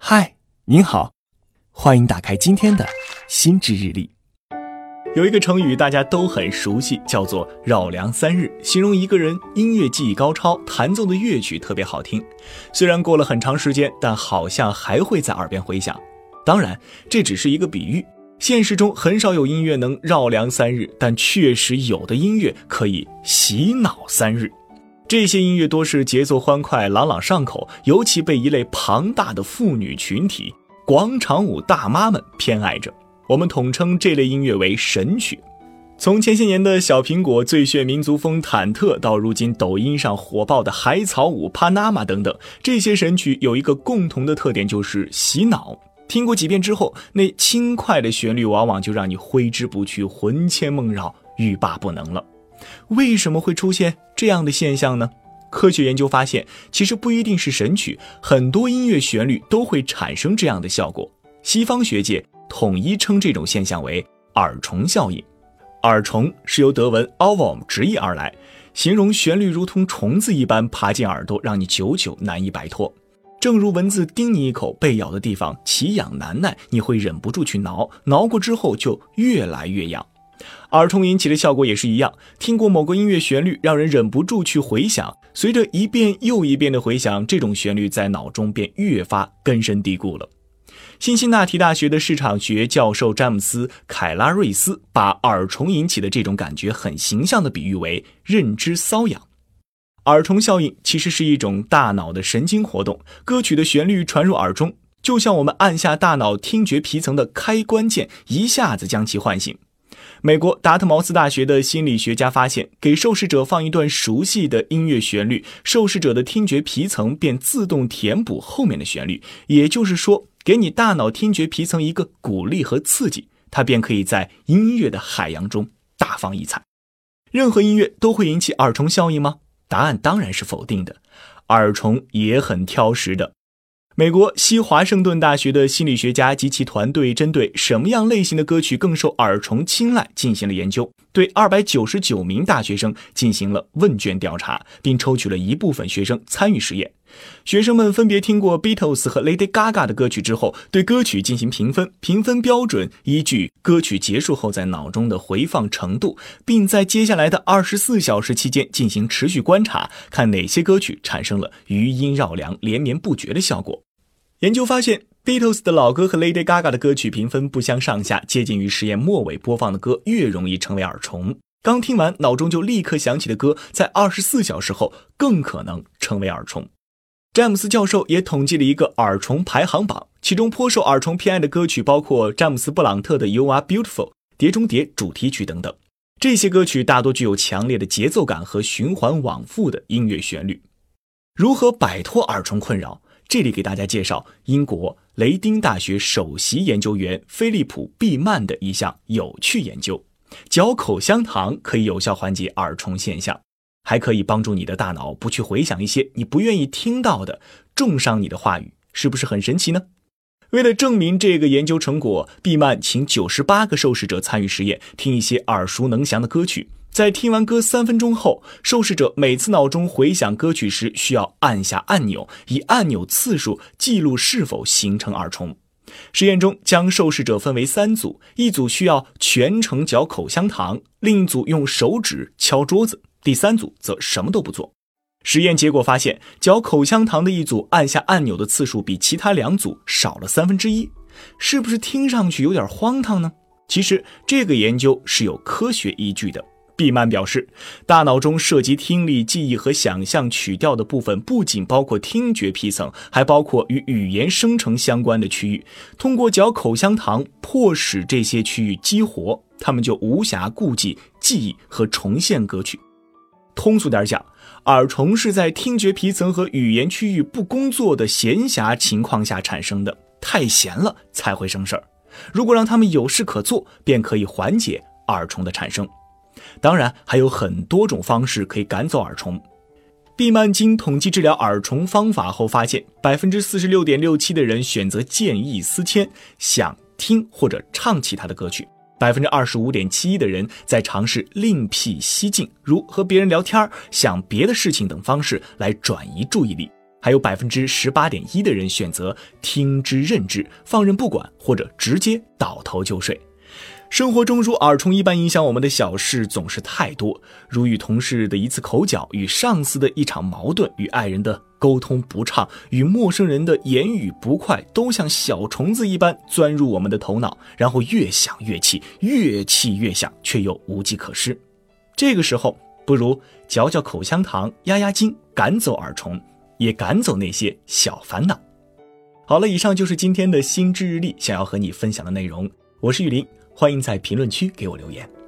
嗨，您好，欢迎打开今天的心智日历。有一个成语大家都很熟悉，叫做绕梁三日，形容一个人音乐技艺高超，弹奏的乐曲特别好听。虽然过了很长时间，但好像还会在耳边回响。当然，这只是一个比喻，现实中很少有音乐能绕梁三日，但确实有的音乐可以洗脑三日。这些音乐多是节奏欢快，朗朗上口，尤其被一类庞大的妇女群体广场舞大妈们偏爱着。我们统称这类音乐为神曲。从前些年的小苹果、最炫民族风、忐忑，到如今抖音上火爆的海草舞、帕纳玛等等，这些神曲有一个共同的特点，就是洗脑。听过几遍之后，那轻快的旋律往往就让你挥之不去，魂牵梦绕，欲罢不能了。为什么会出现这样的现象呢？科学研究发现，其实不一定是神曲，很多音乐旋律都会产生这样的效果。西方学界统一称这种现象为耳虫效应。耳虫是由德文 ovom 直译而来，形容旋律如同虫子一般爬进耳朵，让你久久难以摆脱。正如蚊子叮你一口，被咬的地方奇痒难耐，你会忍不住去挠，挠过之后就越来越痒。耳虫引起的效果也是一样，听过某个音乐旋律，让人忍不住去回想，随着一遍又一遍的回想，这种旋律在脑中便越发根深蒂固了。辛辛那提大学的市场学教授詹姆斯·凯拉瑞斯把耳虫引起的这种感觉很形象地比喻为认知瘙痒。耳虫效应其实是一种大脑的神经活动，歌曲的旋律传入耳中，就像我们按下大脑听觉皮层的开关键，一下子将其唤醒。美国达特茅斯大学的心理学家发现，给受试者放一段熟悉的音乐旋律，受试者的听觉皮层便自动填补后面的旋律，也就是说，给你大脑听觉皮层一个鼓励和刺激，它便可以在音乐的海洋中大放异彩。任何音乐都会引起耳虫效应吗？答案当然是否定的。耳虫也很挑食的。美国西华盛顿大学的心理学家及其团队针对什么样类型的歌曲更受耳虫青睐进行了研究，对299名大学生进行了问卷调查，并抽取了一部分学生参与实验。学生们分别听过 Beatles 和 Lady Gaga 的歌曲之后，对歌曲进行评分，评分标准依据歌曲结束后在脑中的回放程度，并在接下来的24小时期间进行持续观察，看哪些歌曲产生了余音绕梁、连绵不绝的效果。研究发现， Beatles 的老歌和 Lady Gaga 的歌曲评分不相上下，接近于实验末尾播放的歌越容易成为耳虫。刚听完脑中就立刻响起的歌，在24小时后更可能成为耳虫。詹姆斯教授也统计了一个耳虫排行榜，其中颇受耳虫偏爱的歌曲包括詹姆斯·布朗特的 You Are Beautiful、 碟中谍主题曲等等。这些歌曲大多具有强烈的节奏感和循环往复的音乐旋律。如何摆脱耳虫困扰？这里给大家介绍英国雷丁大学首席研究员菲利普·毕曼的一项有趣研究。嚼口香糖可以有效缓解耳虫现象，还可以帮助你的大脑不去回想一些你不愿意听到的重伤你的话语，是不是很神奇呢？为了证明这个研究成果，毕曼请98个受试者参与实验，听一些耳熟能详的歌曲。在听完歌3分钟后，受试者每次脑中回想歌曲时需要按下按钮，以按钮次数记录是否形成耳虫。实验中将受试者分为3组，一组需要全程嚼口香糖，另一组用手指敲桌子，第3组则什么都不做。实验结果发现，嚼口香糖的一组按下按钮的次数比其他2组少了1/3，是不是听上去有点荒唐呢？其实这个研究是有科学依据的。毕曼表示，大脑中涉及听力、记忆和想象曲调的部分不仅包括听觉皮层，还包括与语言生成相关的区域。通过嚼口香糖迫使这些区域激活，他们就无暇顾及记忆和重现歌曲。通俗点讲，耳虫是在听觉皮层和语言区域不工作的闲暇情况下产生的，太闲了才会生事儿。如果让他们有事可做，便可以缓解耳虫的产生。当然还有很多种方式可以赶走耳虫。毕曼经统计治疗耳虫方法后发现， 46.67% 的人选择见异思迁，想听或者唱其他的歌曲， 25.71% 的人在尝试另辟蹊径，如和别人聊天、想别的事情等方式来转移注意力， 还有 18.1% 的人选择听之任之，放任不管，或者直接倒头就睡。生活中如耳虫一般影响我们的小事总是太多，如与同事的一次口角，与上司的一场矛盾，与爱人的沟通不畅，与陌生人的言语不快，都像小虫子一般钻入我们的头脑，然后越想越气，越气越想，却又无计可施。这个时候不如嚼嚼口香糖，压压惊，赶走耳虫，也赶走那些小烦恼。好了，以上就是今天的心智日历想要和你分享的内容，我是雨林，欢迎在评论区给我留言。